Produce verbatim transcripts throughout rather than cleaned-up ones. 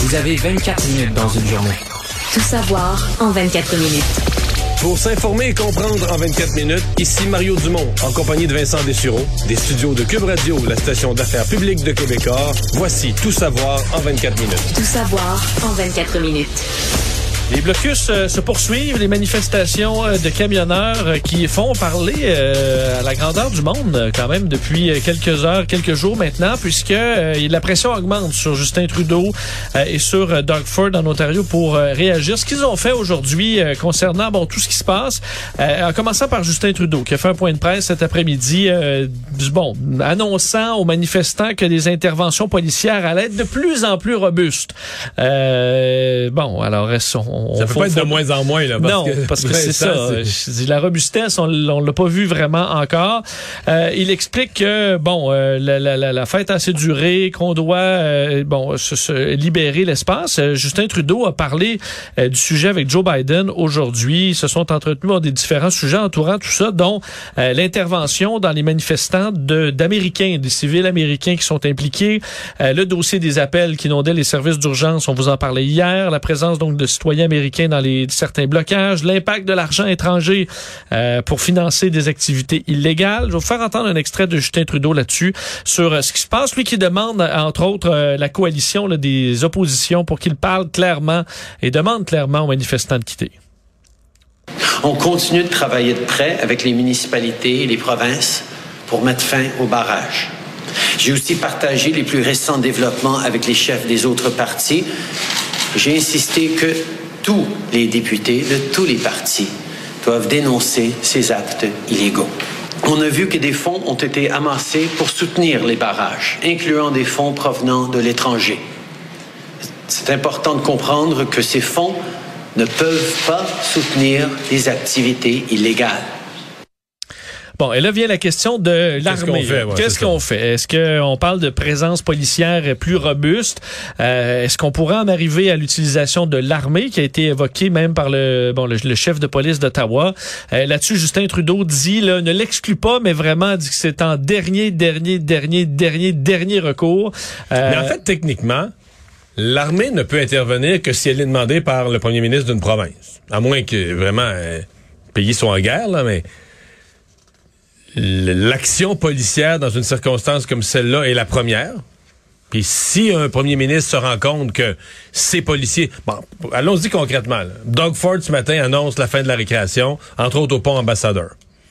Vous avez vingt-quatre minutes dans une journée. Tout savoir en vingt-quatre minutes. Pour s'informer et comprendre en vingt-quatre minutes, ici Mario Dumont, en compagnie de Vincent Dessureau, des studios de Cube Radio, la station d'affaires publique de Québécois. Voici Tout savoir en vingt-quatre minutes. Tout savoir en vingt-quatre minutes. Les blocus euh, se poursuivent, les manifestations euh, de camionneurs euh, qui font parler euh, à la grandeur du monde euh, quand même depuis euh, quelques heures, quelques jours maintenant, puisque euh, la pression augmente sur Justin Trudeau euh, et sur euh, Doug Ford en Ontario pour euh, réagir. Ce qu'ils ont fait aujourd'hui euh, concernant bon tout ce qui se passe, euh, en commençant par Justin Trudeau qui a fait un point de presse cet après-midi, euh, bon annonçant aux manifestants que les interventions policières allaient être de plus en plus robustes. Euh, bon, alors on On, ça peut faut, pas être faut... de moins en moins, là. Parce non, que, parce que c'est ça. C'est... La robustesse, on, on l'a pas vu vraiment encore. Euh, il explique que, bon, euh, la, la, la fête a assez duré, qu'on doit, euh, bon, se, se libérer l'espace. Euh, Justin Trudeau a parlé euh, du sujet avec Joe Biden aujourd'hui. Ils se sont entretenus dans des différents sujets entourant tout ça, dont euh, l'intervention dans les manifestants de, d'Américains, des civils américains qui sont impliqués, euh, le dossier des appels qui inondaient les services d'urgence, on vous en parlait hier, la présence donc de citoyens américains dans les certains blocages, l'impact de l'argent étranger euh, pour financer des activités illégales. Je vais vous faire entendre un extrait de Justin Trudeau là-dessus, sur euh, ce qui se passe. Lui qui demande, entre autres, euh, la coalition là, des oppositions pour qu'il parle clairement et demande clairement aux manifestants de quitter. On continue de travailler de près avec les municipalités et les provinces pour mettre fin aux barrages. J'ai aussi partagé les plus récents développements avec les chefs des autres partis. J'ai insisté que tous les députés de tous les partis doivent dénoncer ces actes illégaux. On a vu que des fonds ont été amassés pour soutenir les barrages, incluant des fonds provenant de l'étranger. C'est important de comprendre que ces fonds ne peuvent pas soutenir des activités illégales. Bon, et là vient la question de l'armée. Qu'est-ce qu'on fait? Ouais, Qu'est-ce qu'on fait? Est-ce qu'on parle de présence policière plus robuste? Euh, est-ce qu'on pourrait en arriver à l'utilisation de l'armée qui a été évoquée même par le bon le, le chef de police d'Ottawa? Euh, là-dessus, Justin Trudeau dit, là, ne l'exclut pas, mais vraiment dit que c'est en dernier, dernier, dernier, dernier, dernier recours. Euh, mais en fait, techniquement, l'armée ne peut intervenir que si elle est demandée par le premier ministre d'une province. À moins que vraiment euh, le pays soit en guerre, là, mais... L'action policière dans une circonstance comme celle-là est la première. Puis si un premier ministre se rend compte que ces policiers... Bon, allons-y concrètement. Là. Doug Ford, ce matin, annonce la fin de la récréation, entre autres au pont Ambassadeur.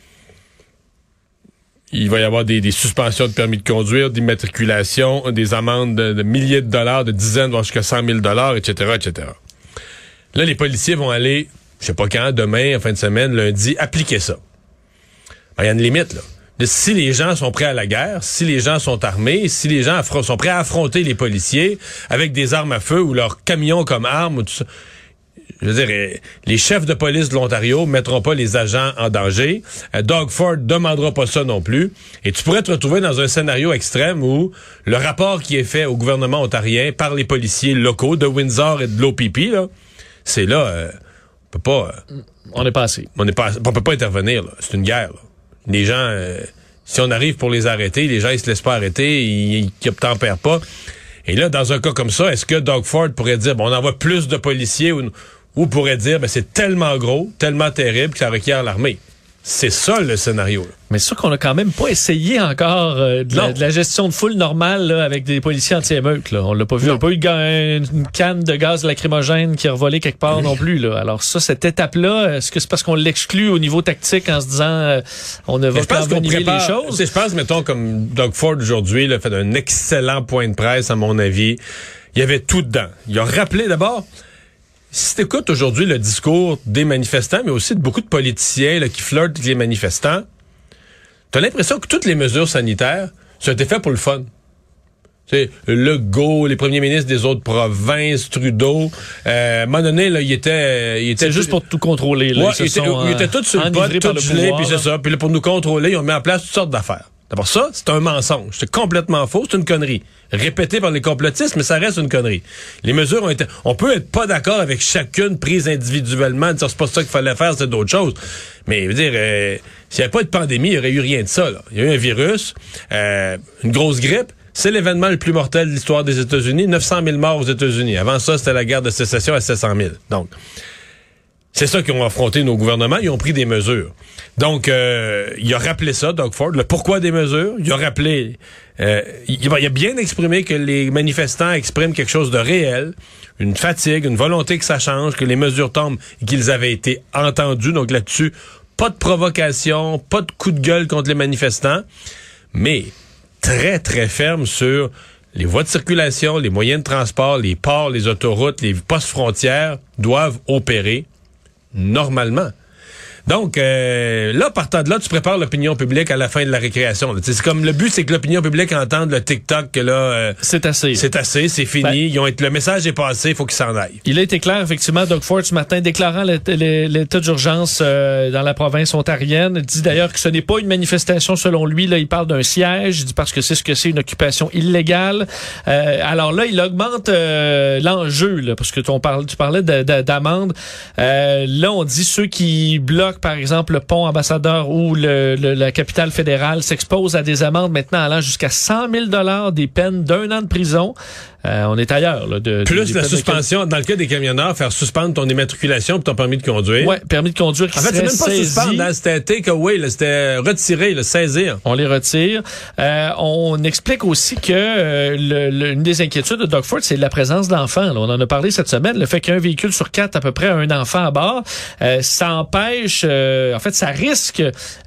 Il va y avoir des, des suspensions de permis de conduire, d'immatriculation, des amendes de, de milliers de dollars, de dizaines, voire jusqu'à cent mille dollars, et cetera, et cetera. Là, les policiers vont aller, je sais pas quand, demain, en fin de semaine, lundi, appliquer ça. Il y a une limite, là. Si les gens sont prêts à la guerre, si les gens sont armés, si les gens affron- sont prêts à affronter les policiers avec des armes à feu ou leurs camions comme armes ou tout ça, je veux dire, les chefs de police de l'Ontario mettront pas les agents en danger. Euh, Doug Ford demandera pas ça non plus. Et tu pourrais te retrouver dans un scénario extrême où le rapport qui est fait au gouvernement ontarien par les policiers locaux de Windsor et de l'O P P, là, c'est là, euh, on peut pas... Euh, on n'est pas assez. On n'est pas, on peut pas intervenir, là. C'est une guerre, là. Les gens, euh, si on arrive pour les arrêter, les gens, ils se laissent pas arrêter, ils n'obtempèrent pas. Et là, dans un cas comme ça, est-ce que Doug Ford pourrait dire, bon, on envoie plus de policiers ou, ou pourrait dire, ben, c'est tellement gros, tellement terrible que ça requiert l'armée? C'est ça, le scénario, là. Mais c'est sûr qu'on a quand même pas essayé encore euh, de, la, de la gestion de foule normale là, avec des policiers anti-émeutes. Là. On l'a pas vu. Non. On n'a pas eu ga- une canne de gaz lacrymogène qui a revolé quelque part non plus. Là. Alors ça, cette étape-là, est-ce que c'est parce qu'on l'exclut au niveau tactique en se disant euh, on ne va pas envenimer les choses? Je pense, mettons, comme Doug Ford aujourd'hui, là, fait un excellent point de presse, à mon avis. Il y avait tout dedans. Il a rappelé d'abord... Si tu écoutes aujourd'hui le discours des manifestants, mais aussi de beaucoup de politiciens là, qui flirtent avec les manifestants, tu as l'impression que toutes les mesures sanitaires ça a été fait pour le fun. C'est Legault, les premiers ministres des autres provinces, Trudeau. Euh, à un moment donné, là, il était... Il était c'est juste pour tout contrôler. Là. Ouais, ils il, était, sont, il était tout sur le pot, tout gelé, puis c'est ça. Puis là, pour nous contrôler, ils ont mis en place toutes sortes d'affaires. D'abord, ça, c'est un mensonge. C'est complètement faux. C'est une connerie. Répété par les complotistes, mais ça reste une connerie. Les mesures ont été... On peut être pas d'accord avec chacune prise individuellement, dire c'est pas ça qu'il fallait faire, c'est d'autres choses. Mais, je veux dire, euh, s'il n'y avait pas de pandémie, il n'y aurait eu rien de ça, là. Il y a eu un virus, euh, une grosse grippe. C'est l'événement le plus mortel de l'histoire des États-Unis. neuf cent mille morts aux États-Unis. Avant ça, c'était la guerre de sécession à sept cent mille. Donc, c'est ça qu'ils ont affronté nos gouvernements. Ils ont pris des mesures. Donc, euh, il a rappelé ça, Doug Ford, le pourquoi des mesures. Il a rappelé... Euh, il, il a bien exprimé que les manifestants expriment quelque chose de réel, une fatigue, une volonté que ça change, que les mesures tombent et qu'ils avaient été entendus. Donc là-dessus, pas de provocation, pas de coup de gueule contre les manifestants, mais très, très ferme sur les voies de circulation, les moyens de transport, les ports, les autoroutes, les postes frontières doivent opérer normalement. Donc, euh, là, partant de là, tu prépares l'opinion publique à la fin de la récréation. C'est comme le but, c'est que l'opinion publique entende le TikTok que là... Euh, c'est assez. C'est assez, c'est fini. Ben, Ils ont été, le message est passé, il faut qu'ils s'en aillent. Il a été clair, effectivement, Doug Ford, ce matin, déclarant l'état d'urgence euh, dans la province ontarienne. Il dit d'ailleurs que ce n'est pas une manifestation, selon lui. Là, il parle d'un siège. Il dit parce que c'est ce que c'est, une occupation illégale. Euh, alors là, il augmente euh, l'enjeu, là, parce que ton parle, tu parlais d'amende. Euh, là, on dit ceux qui bloquent par exemple, le pont Ambassadeur ou le, le, la capitale fédérale s'expose à des amendes maintenant allant jusqu'à cent mille dollars, des peines d'un an de prison. Euh, on est ailleurs. Là, de, Plus de, la suspension, de... dans le cas des camionneurs, faire suspendre ton immatriculation et ton permis de conduire. Oui, permis de conduire qui en fait, c'est même pas saisi. suspendre, hein, c'était take away, là, c'était retirer, le saisir. On les retire. Euh, on explique aussi que euh, le, le, une des inquiétudes de Doug Ford, c'est la présence d'enfants. Là. On en a parlé cette semaine. Le fait qu'un véhicule sur quatre, à peu près, a un enfant à bord, euh, ça empêche... Euh, en fait, ça risque,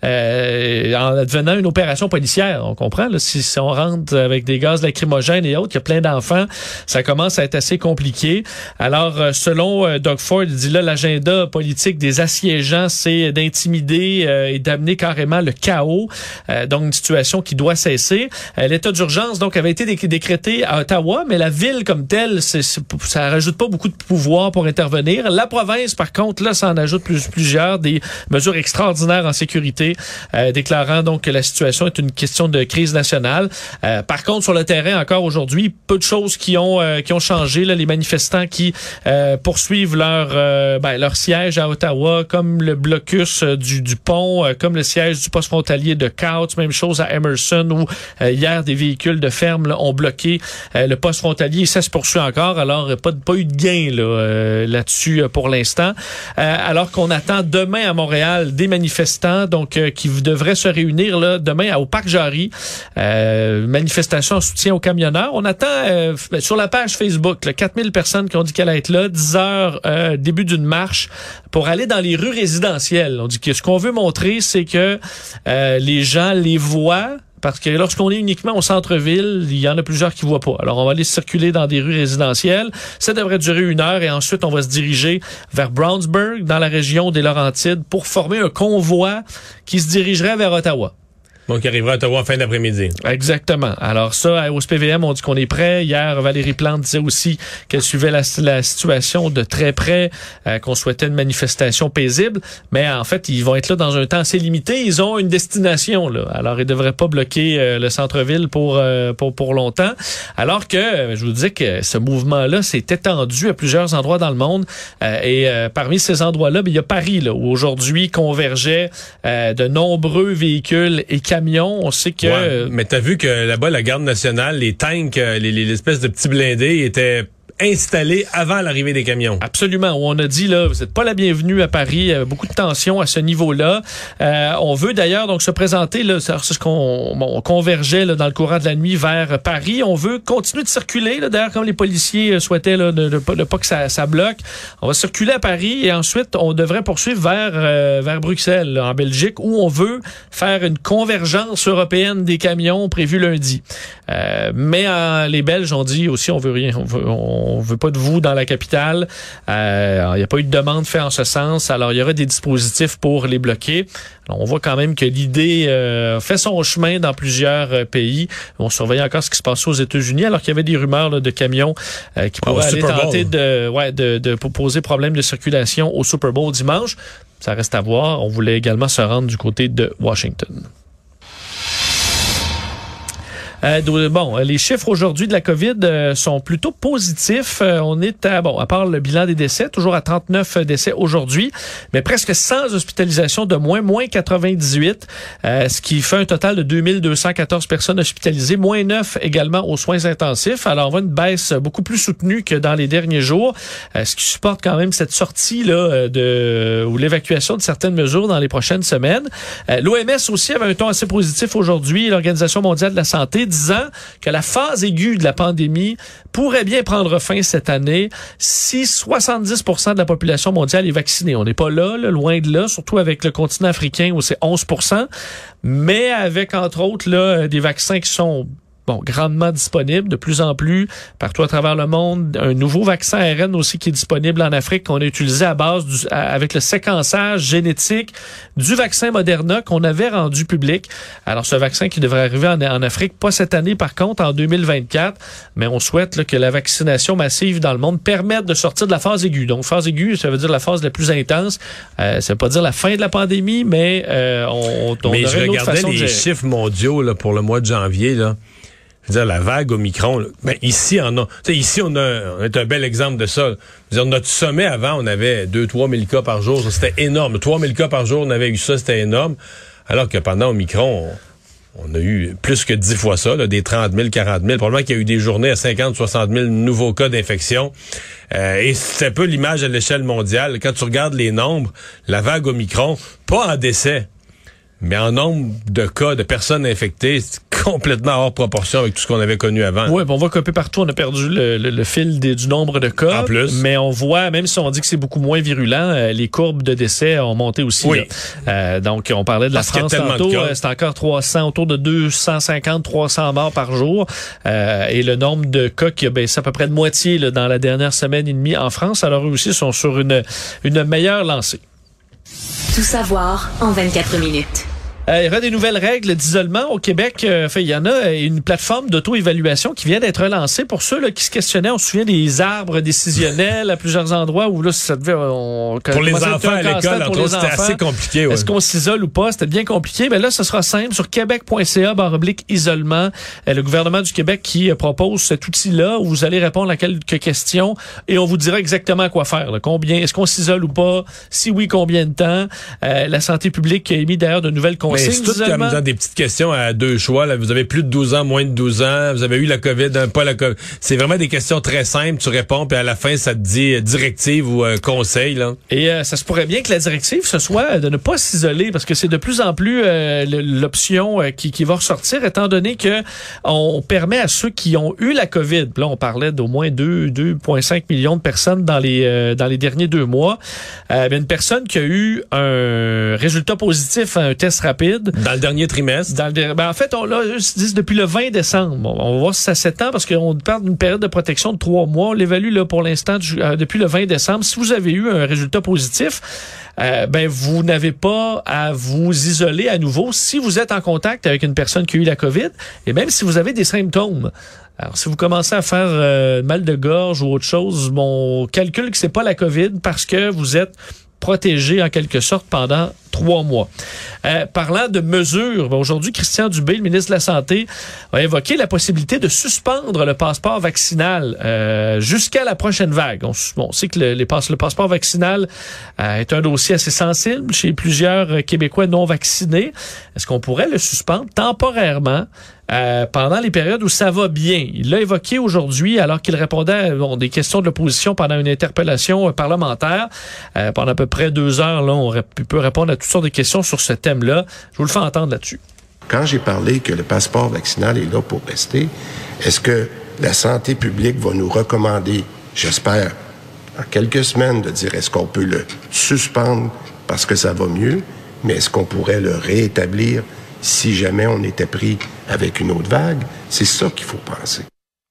euh, en devenant une opération policière. On comprend, là, si, si on rentre avec des gaz lacrymogènes et autres, il y a plein d'enfants, ça commence à être assez compliqué. Alors, euh, selon euh, Doug Ford, il dit là, l'agenda politique des assiégeants, c'est d'intimider euh, et d'amener carrément le chaos. Euh, donc, une situation qui doit cesser. Euh, l'état d'urgence, donc, avait été dé- décrété à Ottawa, mais la ville comme telle, c'est, c'est, ça rajoute pas beaucoup de pouvoir pour intervenir. La province, par contre, là, ça en ajoute plus, plusieurs, des mesures extraordinaires en sécurité, euh, déclarant donc que la situation est une question de crise nationale. Euh, par contre, sur le terrain, encore aujourd'hui, peu de choses qui ont euh, qui ont changé. Là, les manifestants qui euh, poursuivent leur euh, ben, leur siège à Ottawa, comme le blocus euh, du, du pont, euh, comme le siège du poste frontalier de Couch, même chose à Emerson, où euh, hier, des véhicules de ferme là, ont bloqué euh, le poste frontalier. Et ça se poursuit encore. Alors, pas, pas eu de gain là, euh, là-dessus euh, pour l'instant. Euh, alors qu'on attend demain à Montréal des manifestants donc euh, qui devraient se réunir là demain au Parc Jarry. Euh, manifestation en soutien aux camionneurs. On attend euh, sur la page Facebook là, quatre mille personnes qui ont dit qu'elle allait être là, dix heures euh, début d'une marche pour aller dans les rues résidentielles. On dit que ce qu'on veut montrer, c'est que euh, les gens les voient. Parce que lorsqu'on est uniquement au centre-ville, il y en a plusieurs qui ne voient pas. Alors, on va aller circuler dans des rues résidentielles. Ça devrait durer une heure et ensuite, on va se diriger vers Brownsburg, dans la région des Laurentides, pour former un convoi qui se dirigerait vers Ottawa. Donc, il arrivera à Ottawa en fin d'après-midi. Exactement. Alors ça, au S P V M, on dit qu'on est prêt. Hier, Valérie Plante disait aussi qu'elle suivait la, la situation de très près, euh, qu'on souhaitait une manifestation paisible. Mais en fait, ils vont être là dans un temps assez limité. Ils ont une destination, là. Alors, ils devraient pas bloquer euh, le centre-ville pour, euh, pour pour longtemps. Alors que, euh, je vous dis que ce mouvement-là s'est étendu à plusieurs endroits dans le monde. Euh, et euh, parmi ces endroits-là, ben, il y a Paris, là, où aujourd'hui convergeaient euh, de nombreux véhicules et camions. On sait que... Ouais, mais t'as vu que là-bas, la garde nationale, les tanks, les, les, les espèces de petits blindés étaient installés avant l'arrivée des camions. Absolument. Où on a dit, là, vous n'êtes pas la bienvenue à Paris. Euh, beaucoup de tensions à ce niveau-là. Euh, on veut d'ailleurs donc se présenter, là, c'est ce qu'on bon, on convergeait là, dans le courant de la nuit vers Paris. On veut continuer de circuler, là, d'ailleurs, comme les policiers souhaitaient là, de, de, de, de pas que ça, ça bloque. On va circuler à Paris et ensuite, on devrait poursuivre vers, euh, vers Bruxelles, là, en Belgique, où on veut faire une convergence européenne des camions prévue lundi. Euh, mais euh, les Belges ont dit aussi, on veut rien, on veut, on On veut pas de vous dans la capitale. Euh, il n'y a pas eu de demande faite en ce sens. Alors, il y aura des dispositifs pour les bloquer. Alors, on voit quand même que l'idée euh, fait son chemin dans plusieurs euh, pays. On surveille encore ce qui se passe aux États-Unis, alors qu'il y avait des rumeurs là, de camions euh, qui pourraient oh, aller tenter de, ouais, de, de, de poser problème de circulation au Super Bowl dimanche. Ça reste à voir. On voulait également se rendre du côté de Washington. Euh, bon, les chiffres aujourd'hui de la COVID euh, sont plutôt positifs. Euh, on est à, bon, à part le bilan des décès, toujours à trente-neuf décès aujourd'hui, mais presque cent hospitalisations de moins, moins quatre-vingt-dix-huit, euh, ce qui fait un total de deux mille deux cent quatorze personnes hospitalisées, moins neuf également aux soins intensifs. Alors, on voit une baisse beaucoup plus soutenue que dans les derniers jours, euh, ce qui supporte quand même cette sortie là de ou l'évacuation de certaines mesures dans les prochaines semaines. Euh, L'O M S aussi avait un ton assez positif aujourd'hui, l'Organisation mondiale de la santé, disant que la phase aiguë de la pandémie pourrait bien prendre fin cette année si soixante-dix pour cent de la population mondiale est vaccinée. On n'est pas là, là, loin de là, surtout avec le continent africain où c'est onze pour cent, mais avec entre autres là des vaccins qui sont Bon, grandement disponible, de plus en plus partout à travers le monde. Un nouveau vaccin A R N aussi qui est disponible en Afrique, qu'on a utilisé à base du, à, avec le séquençage génétique du vaccin Moderna qu'on avait rendu public. Alors, ce vaccin qui devrait arriver en, en Afrique, pas cette année par contre, en deux mille vingt-quatre, mais on souhaite là, que la vaccination massive dans le monde permette de sortir de la phase aiguë. Donc, phase aiguë, ça veut dire la phase la plus intense. Euh, ça veut pas dire la fin de la pandémie, mais euh, on, on mais aurait je une autre regardais façon de les gérer. chiffres mondiaux là, pour le mois de janvier, là. Je veux dire, la vague Omicron, là, ben ici, en a, ici on, a, on est un bel exemple de ça. Je veux dire, notre sommet avant, on avait deux à trois mille cas par jour. Ça, c'était énorme. trois mille cas par jour, on avait eu ça, c'était énorme. Alors que pendant Omicron, on, on a eu plus que dix fois ça, là, des trente mille, quarante mille. Probablement qu'il y a eu des journées à cinquante, soixante mille nouveaux cas d'infection. Euh, et c'est un peu l'image à l'échelle mondiale. Quand tu regardes les nombres, la vague Omicron, pas en décès, mais en nombre de cas de personnes infectées, c'est complètement hors proportion avec tout ce qu'on avait connu avant. Oui, on voit qu'un peu partout, on a perdu le, le, le fil des, du nombre de cas. En plus. Mais on voit, même si on dit que c'est beaucoup moins virulent, euh, les courbes de décès ont monté aussi. Oui. Euh, donc, on parlait de la Parce qu'il y a France tellement tantôt. de cas. Euh, c'est encore trois cents, autour de deux cent cinquante, trois cents morts par jour. Euh, et le nombre de cas qui a baissé à peu près de moitié là, dans la dernière semaine et demie en France. Alors, eux aussi sont sur une, une meilleure lancée. Tout savoir en vingt-quatre minutes. Euh, il y aura des nouvelles règles d'isolement au Québec. Euh, fait, il y en a une plateforme d'auto-évaluation qui vient d'être lancée pour ceux là, qui se questionnaient. On se souvient des arbres décisionnels à plusieurs endroits où là, ça devait... On, pour les enfants à l'école, entre autres, c'était assez compliqué. Ouais. Est-ce qu'on s'isole ou pas? C'était bien compliqué. Mais là, ce sera simple. Sur québec point c a barre oblique isolement, euh, le gouvernement du Québec qui euh, propose cet outil-là où vous allez répondre à quelques questions et on vous dira exactement quoi faire. Là. Combien, est-ce qu'on s'isole ou pas? Si oui, combien de temps? Euh, la santé publique a émis d'ailleurs de nouvelles consignes. Mais c'est tout comme dans des petites questions à deux choix. Là. Vous avez plus de douze ans, moins de douze ans. Vous avez eu la COVID, pas la COVID. C'est vraiment des questions très simples. Tu réponds, puis à la fin, ça te dit euh, directive ou euh, conseil. Là. Et euh, ça se pourrait bien que la directive, ce soit de ne pas s'isoler, parce que c'est de plus en plus euh, l'option euh, qui, qui va ressortir, étant donné que on permet à ceux qui ont eu la COVID, là, on parlait d'au moins deux virgule cinq millions de personnes dans les euh, dans les derniers deux mois, euh, une personne qui a eu un résultat positif à un test rapide, dans le dernier trimestre. Dans le, ben en fait, on là, ils disent depuis le vingt décembre. Bon, on va voir si ça s'étend parce qu'on parle d'une période de protection de trois mois. On l'évalue là pour l'instant du, euh, depuis le vingt décembre. Si vous avez eu un résultat positif, euh, ben vous n'avez pas à vous isoler à nouveau si vous êtes en contact avec une personne qui a eu la COVID et même si vous avez des symptômes. Alors, si vous commencez à faire euh, mal de gorge ou autre chose, bon, on calcule que c'est pas la COVID parce que vous êtes protégé en quelque sorte pendant trois mois. Euh, parlant de mesures, ben aujourd'hui, Christian Dubé, le ministre de la Santé, a évoqué la possibilité de suspendre le passeport vaccinal euh, jusqu'à la prochaine vague. On, bon, on sait que le, les passe, le passeport vaccinal euh, est un dossier assez sensible chez plusieurs euh, Québécois non vaccinés. Est-ce qu'on pourrait le suspendre temporairement Euh, pendant les périodes où ça va bien? Il l'a évoqué aujourd'hui alors qu'il répondait à bon, des questions de l'opposition pendant une interpellation euh, parlementaire. Euh, pendant à peu près deux heures, là, on rép- peut répondre à toutes sortes de questions sur ce thème-là. Je vous le fais entendre là-dessus. Quand j'ai parlé que le passeport vaccinal est là pour rester, est-ce que la santé publique va nous recommander, j'espère, en quelques semaines, de dire est-ce qu'on peut le suspendre parce que ça va mieux, mais est-ce qu'on pourrait le réétablir si jamais on était pris avec une autre vague? C'est ça qu'il faut penser.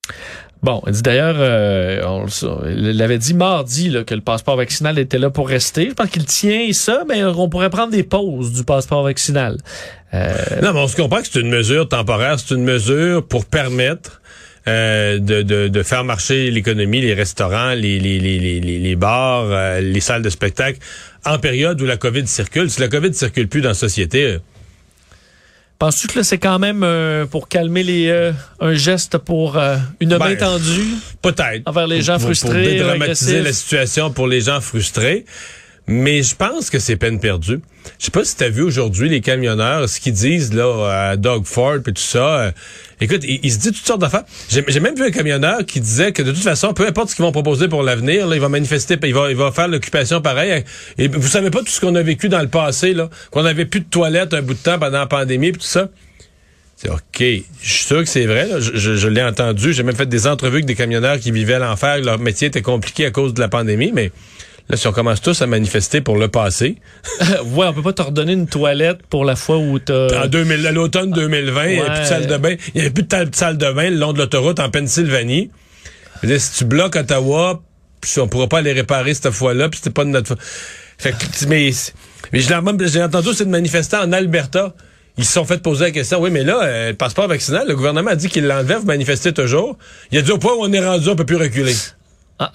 Bon, il dit d'ailleurs, euh, on l'avait dit mardi là, que le passeport vaccinal était là pour rester. Je pense qu'il tient ça, mais on pourrait prendre des pauses du passeport vaccinal. Euh... Non, mais on se comprend que c'est une mesure temporaire, c'est une mesure pour permettre euh, de, de, de faire marcher l'économie, les restaurants, les, les, les, les, les bars, euh, les salles de spectacle, en période où la COVID circule. Si la COVID ne circule plus dans la société... Penses-tu que là, c'est quand même euh, pour calmer les euh, un geste pour euh, une main Ben, tendue? Peut-être. Envers les gens pour, frustrés, Pour dédramatiser agressifs. la situation pour les gens frustrés. Mais je pense que c'est peine perdue. Je sais pas si tu as vu aujourd'hui les camionneurs, ce qu'ils disent là à Doug Ford et tout ça. Euh, écoute, ils il se disent toutes sortes d'affaires. J'ai, j'ai même vu un camionneur qui disait que de toute façon, peu importe ce qu'ils vont proposer pour l'avenir, là, il va manifester, il va, il va faire l'occupation pareil. Et vous savez pas tout ce qu'on a vécu dans le passé, là, qu'on avait plus de toilettes un bout de temps pendant la pandémie et tout ça. C'est OK. Je suis sûr que c'est vrai. Là. Je, je, je l'ai entendu. J'ai même fait des entrevues avec des camionneurs qui vivaient l'enfer. Leur métier était compliqué à cause de la pandémie, mais là, si on commence tous à manifester pour le passé. Ouais, on peut pas te redonner une toilette pour la fois où t'as... En deux mille, à l'automne deux mille vingt, ouais. Il n'y avait plus de salle de bain. Il n'y avait plus de ta- salle de bain le long de l'autoroute en Pennsylvanie. Je veux dire, si tu bloques Ottawa, puis on pourra pas aller réparer cette fois-là, puis c'était pas de notre... Fait que, mais, mais je l'ai même, j'ai entendu ces manifestants en Alberta. Ils se sont fait poser la question, oui, mais là, euh, le passeport vaccinal, le gouvernement a dit qu'il l'enlevait, vous manifestez toujours. Il a dit au point où on est rendu, on peut plus reculer. Ah.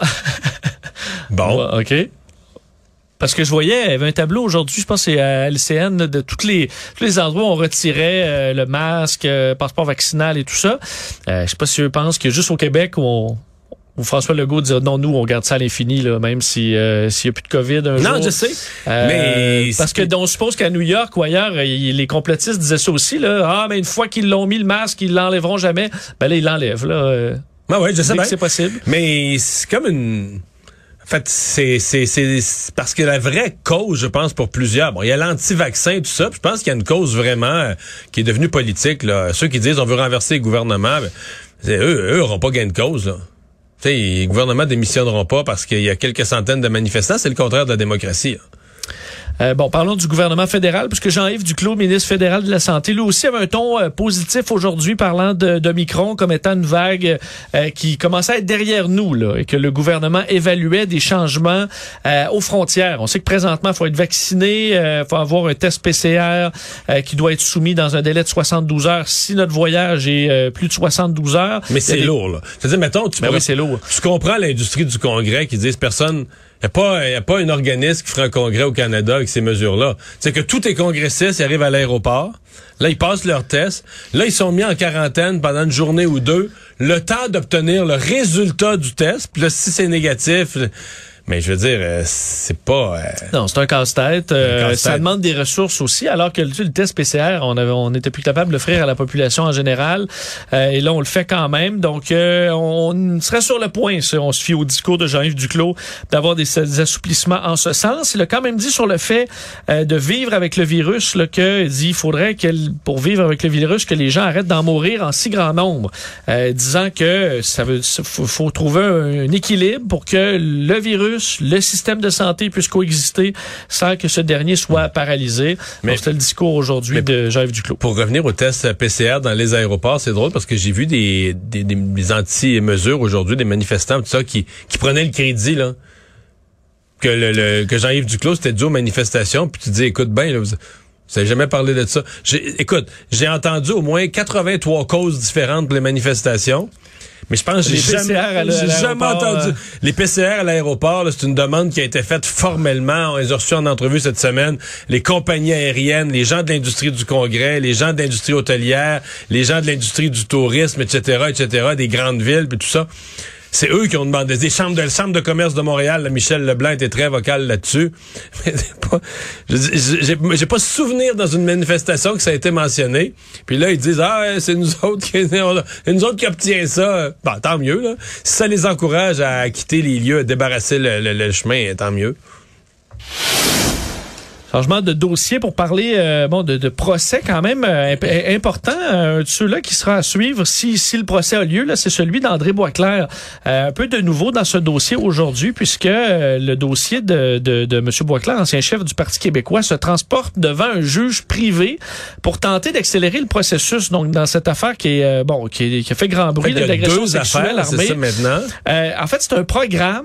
Bon. Ouais, OK. Parce que je voyais, il y avait un tableau aujourd'hui, je pense que c'est à L C N, de toutes les, tous les endroits où on retirait euh, le masque, euh, passeport vaccinal et tout ça. Euh, je sais pas si eux pensent que juste au Québec, où, on, où François Legault dit non, nous, on garde ça à l'infini, là, même si, euh, s'il n'y a plus de COVID un jour. Non, je sais. Euh, mais parce que on suppose qu'à New York ou ailleurs, il, les complotistes disaient ça aussi, là. Ah, mais une fois qu'ils l'ont mis le masque, ils l'enlèveront jamais. Ben là, ils l'enlèvent, là. Euh, ah ouais, je sais bien. C'est possible. Mais c'est comme une... En fait, c'est, c'est, c'est, c'est parce que la vraie cause, je pense, pour plusieurs, bon, il y a l'anti-vaccin et tout ça, puis je pense qu'il y a une cause vraiment euh, qui est devenue politique, là. Ceux qui disent on veut renverser le gouvernement, ben, c'est, eux, eux n'auront pas gain de cause, là. Tu sais, les gouvernements démissionneront pas parce qu'il y a quelques centaines de manifestants, c'est le contraire de la démocratie, là. Euh, bon, parlons du gouvernement fédéral, puisque Jean-Yves Duclos, ministre fédéral de la Santé, lui aussi avait un ton euh, positif aujourd'hui, parlant de, de Omicron comme étant une vague euh, qui commençait à être derrière nous, là, et que le gouvernement évaluait des changements euh, aux frontières. On sait que présentement, il faut être vacciné, il euh, faut avoir un test P C R euh, qui doit être soumis dans un délai de soixante-douze heures si notre voyage est euh, plus de soixante-douze heures. Mais c'est des... lourd, là. C'est-à-dire, mettons, tu, ben pourrais... oui, c'est lourd. Tu comprends l'industrie du Congrès qui disent personne... Il n'y a pas, y a pas un organisme qui fera un congrès au Canada avec ces mesures-là. C'est que tous les congressistes, ils arrivent à l'aéroport. Là, ils passent leur test. Là, ils sont mis en quarantaine pendant une journée ou deux. Le temps d'obtenir le résultat du test. Puis là, si c'est négatif... Mais je veux dire, euh, c'est pas... Euh, non, c'est un casse-tête. Euh, un casse-tête. Ça demande des ressources aussi, alors que le, le test P C R, on avait, on était plus capable de l'offrir à la population en général. Euh, et là, on le fait quand même. Donc, euh, on serait sur le point, si on se fie au discours de Jean-Yves Duclos, d'avoir des, des assouplissements en ce sens. Il a quand même dit sur le fait euh, de vivre avec le virus, là, que dit il faudrait que, pour vivre avec le virus, que les gens arrêtent d'en mourir en si grand nombre, euh, disant que ça veut, faut, faut trouver un, un équilibre pour que le virus, le système de santé puisse coexister sans que ce dernier soit paralysé. Mais c'était le discours aujourd'hui de Jean-Yves Duclos. Pour revenir au test P C R dans les aéroports, c'est drôle parce que j'ai vu des, des, des, des anti-mesures aujourd'hui, des manifestants, tout ça, qui, qui prenaient le crédit, là. Que, le, le, que Jean-Yves Duclos, c'était dû aux manifestations, puis tu dis, écoute bien, là, vous, vous avez jamais parlé de ça. J'ai, écoute, j'ai entendu au moins quatre-vingt-trois causes différentes pour les manifestations. Mais je pense que j'ai jamais, à j'ai jamais entendu. Euh... Les P C R à l'aéroport, là, c'est une demande qui a été faite formellement. On les a reçus en entrevue cette semaine. Les compagnies aériennes, les gens de l'industrie du Congrès, les gens de l'industrie hôtelière, les gens de l'industrie du tourisme, et cetera, et cetera, des grandes villes, puis tout ça. C'est eux qui ont demandé. Des chambres de, le Chambre de commerce de Montréal, là, Michel Leblanc était très vocal là-dessus. Mais c'est pas, j'ai, j'ai pas souvenir dans une manifestation que ça a été mentionné. Puis là, ils disent, ah, c'est nous autres qui, c'est nous autres qui obtient ça. Bon, tant mieux, là. Si ça les encourage à quitter les lieux, à débarrasser le, le, le chemin, tant mieux. Changement de dossier pour parler euh, bon de, de procès quand même euh, imp- important. Un de ceux-là qui sera à suivre si, si le procès a lieu, là, c'est celui d'André Boisclair. Euh, un peu de nouveau dans ce dossier aujourd'hui, puisque euh, le dossier de, de, de M. Boisclair, ancien chef du Parti québécois, se transporte devant un juge privé pour tenter d'accélérer le processus. Donc, dans cette affaire qui est euh, bon, qui, est, qui a fait grand bruit, en fait, d'agression deux sexuelle affaires, armée. C'est ça maintenant. Euh, en fait, c'est un programme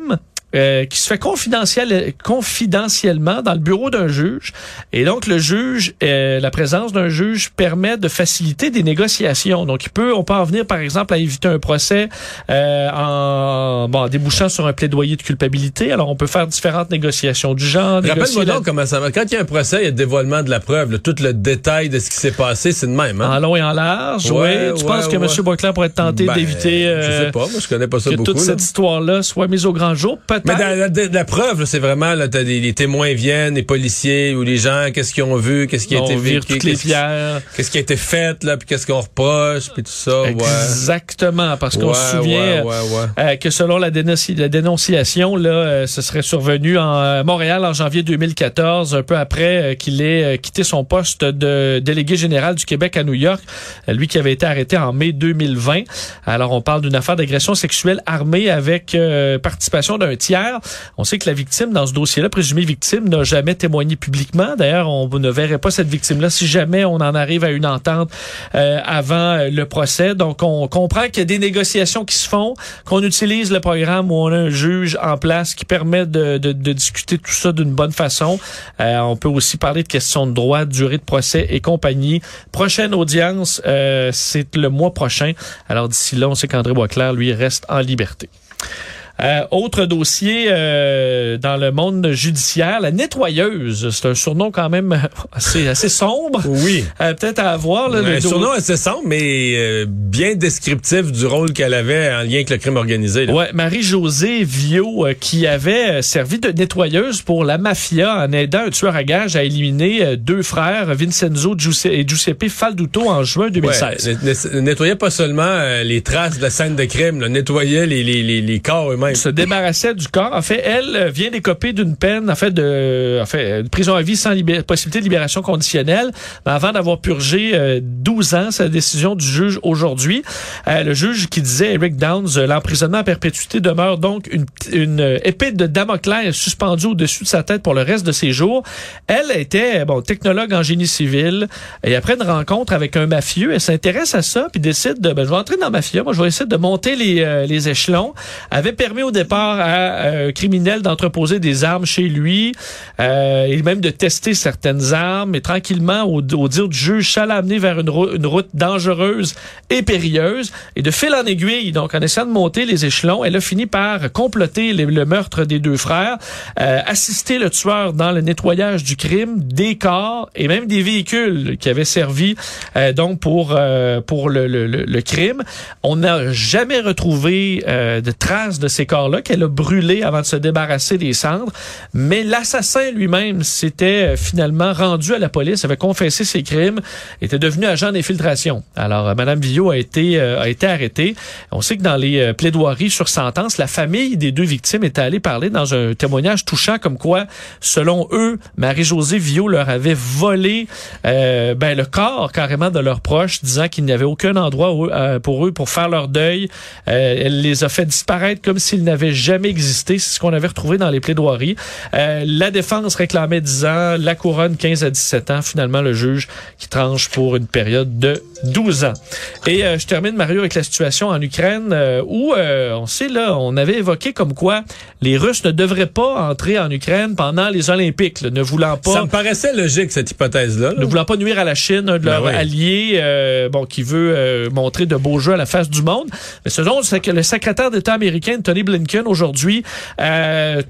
euh, qui se fait confidentiel, confidentiellement dans le bureau d'un juge. Et donc, le juge, euh, la présence d'un juge permet de faciliter des négociations. Donc, il peut, on peut en venir, par exemple, à éviter un procès euh, en, bon, en débouchant sur un plaidoyer de culpabilité. Alors, on peut faire différentes négociations du genre. Rappelle-moi la... donc comment ça va. Quand il y a un procès, il y a dévoilement de la preuve. Là, tout le détail de ce qui s'est passé, c'est de même. Hein? En long et en large, ouais, oui. Tu ouais, penses que ouais. M. Boisclair pourrait être tenté ben, d'éviter euh, je sais pas, moi je connais pas ça que beaucoup. toute là. cette histoire-là soit mise au grand jour? Peut-être. Mais dans la, la, la preuve, là, c'est vraiment, là, t'as des, les témoins viennent, les policiers ou les gens, qu'est-ce qu'ils ont vu, qu'est-ce qui a on été vire vécu, toutes les qu'est-ce, pierres. qu'est-ce qui a été fait, là, puis qu'est-ce qu'on reproche, puis tout ça. Exactement, parce qu'on ouais, se souvient ouais, ouais, ouais. Euh, que selon la, dénonci- la dénonciation, là, euh, ce serait survenu en euh, Montréal en janvier deux mille quatorze, un peu après euh, qu'il ait euh, quitté son poste de délégué général du Québec à New York, euh, lui qui avait été arrêté en mai deux mille vingt. Alors, on parle d'une affaire d'agression sexuelle armée avec euh, participation d'un tiers. On sait que la victime, dans ce dossier-là, présumée victime, n'a jamais témoigné publiquement. D'ailleurs, on ne verrait pas cette victime-là si jamais on en arrive à une entente euh, avant le procès. Donc, on comprend qu'il y a des négociations qui se font, qu'on utilise le programme où on a un juge en place qui permet de, de, de discuter tout ça d'une bonne façon. Euh, on peut aussi parler de questions de droit, durée de procès et compagnie. Prochaine audience, euh, c'est le mois prochain. Alors d'ici là, on sait qu'André Boisclair, lui, reste en liberté. Euh, autre dossier euh, dans le monde judiciaire, la nettoyeuse. C'est un surnom quand même assez, assez sombre. Oui. Euh, peut-être à avoir. Là, un le surnom assez sombre, mais euh, bien descriptif du rôle qu'elle avait en lien avec le crime organisé. Là. Ouais, Marie-Josée Viau, euh, qui avait servi de nettoyeuse pour la mafia en aidant un tueur à gages à éliminer euh, deux frères, Vincenzo Giusse- et Giuseppe Falduto, en juin deux mille seize. Ouais, ne, ne, nettoyait pas seulement euh, les traces de la scène de crime, là, nettoyait les, les, les, les corps eux-mêmes. Se débarrassait du corps. En fait, elle vient d'écoper d'une peine, en fait, de, en fait, de prison à vie sans libé- possibilité de libération conditionnelle. Mais avant d'avoir purgé euh, douze ans, c'est la décision du juge aujourd'hui. Euh, le juge qui disait, Eric Downs, euh, l'emprisonnement à perpétuité demeure donc une, une euh, épée de Damoclès suspendue au-dessus de sa tête pour le reste de ses jours. Elle était, bon, technologue en génie civil. Et après une rencontre avec un mafieux, elle s'intéresse à ça puis décide de, ben, je vais entrer dans la mafia. Moi, je vais essayer de monter les, euh, les échelons. Avait permis au départ à un criminel d'entreposer des armes chez lui euh, et même de tester certaines armes. Et tranquillement, au, au dire du juge, ça l'a amené vers une, rou- une route dangereuse et périlleuse. Et de fil en aiguille, donc en essayant de monter les échelons, elle a fini par comploter les, le meurtre des deux frères, euh, assister le tueur dans le nettoyage du crime, des corps et même des véhicules qui avaient servi euh, donc pour euh, pour le, le, le, le crime. On n'a jamais retrouvé euh, de traces de ces corps-là qu'elle a brûlé avant de se débarrasser des cendres. Mais l'assassin lui-même s'était finalement rendu à la police, avait confessé ses crimes, était devenu agent d'infiltration. Alors, euh, Mme Viau a été, euh, a été arrêtée. On sait que dans les euh, plaidoiries sur sentence, la famille des deux victimes était allée parler dans un témoignage touchant comme quoi, selon eux, Marie-Josée Viau leur avait volé euh, ben, le corps carrément de leurs proches, disant qu'il n'y avait aucun endroit où, euh, pour eux pour faire leur deuil. Euh, elle les a fait disparaître comme s'ils n'avaient jamais existé. C'est ce qu'on avait retrouvé dans les plaidoiries. Euh, la défense réclamait dix ans, la couronne quinze à dix-sept ans. Finalement, le juge qui tranche pour une période de douze ans. Et euh, je termine, Mario, avec la situation en Ukraine euh, où, euh, on sait, là, on avait évoqué comme quoi les Russes ne devraient pas entrer en Ukraine pendant les Olympiques, là, ne voulant pas... Ça me paraissait logique, cette hypothèse-là. Là. Ne voulant pas nuire à la Chine, un de leurs ben oui. alliés, euh, bon, qui veut euh, montrer de beaux jeux à la face du monde. Mais selon que le secrétaire d'État américain, Tony Blinken, aujourd'hui, euh,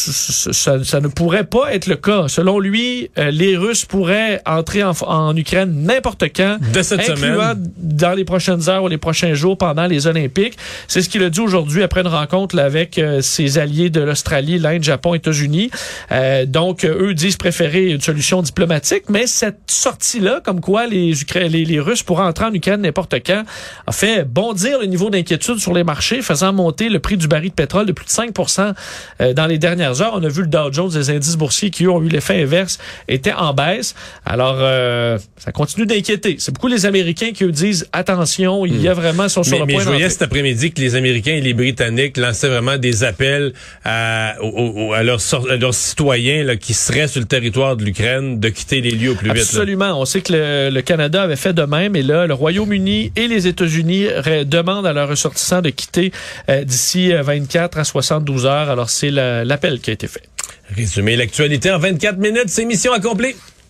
ça, ça ne pourrait pas être le cas. Selon lui, euh, les Russes pourraient entrer en, en Ukraine n'importe quand, de cette incluant semaine, dans les prochaines heures ou les prochains jours pendant les Olympiques. C'est ce qu'il a dit aujourd'hui après une rencontre là, avec euh, ses alliés de l'Australie, l'Inde, Japon, États-Unis. Euh, donc, euh, eux disent préférer une solution diplomatique, mais cette sortie-là, comme quoi les, Ukra- les, les Russes pourraient entrer en Ukraine n'importe quand, a fait bondir le niveau d'inquiétude sur les marchés, faisant monter le prix du baril de pétrole de plus de cinq pour cent euh, dans les dernières heures. On a vu le Dow Jones, les indices boursiers qui, eux, ont eu l'effet inverse, étaient en baisse. Alors, euh, ça continue d'inquiéter. C'est beaucoup les Américains qui eux disent attention, il y a vraiment, sont sur mais, le mais point je voyais d'entrer. cet après-midi que les Américains et les Britanniques lançaient vraiment des appels à, aux, à, leurs, à leurs citoyens là, qui seraient sur le territoire de l'Ukraine de quitter les lieux au plus vite. Absolument. Là. On sait que le, le Canada avait fait de même, et là, le Royaume-Uni et les États-Unis ré- demandent à leurs ressortissants de quitter euh, d'ici vingt-quatre à soixante-douze heures. Alors, c'est la, l'appel qui a été fait. Résumer l'actualité en vingt-quatre minutes, c'est mission accomplie.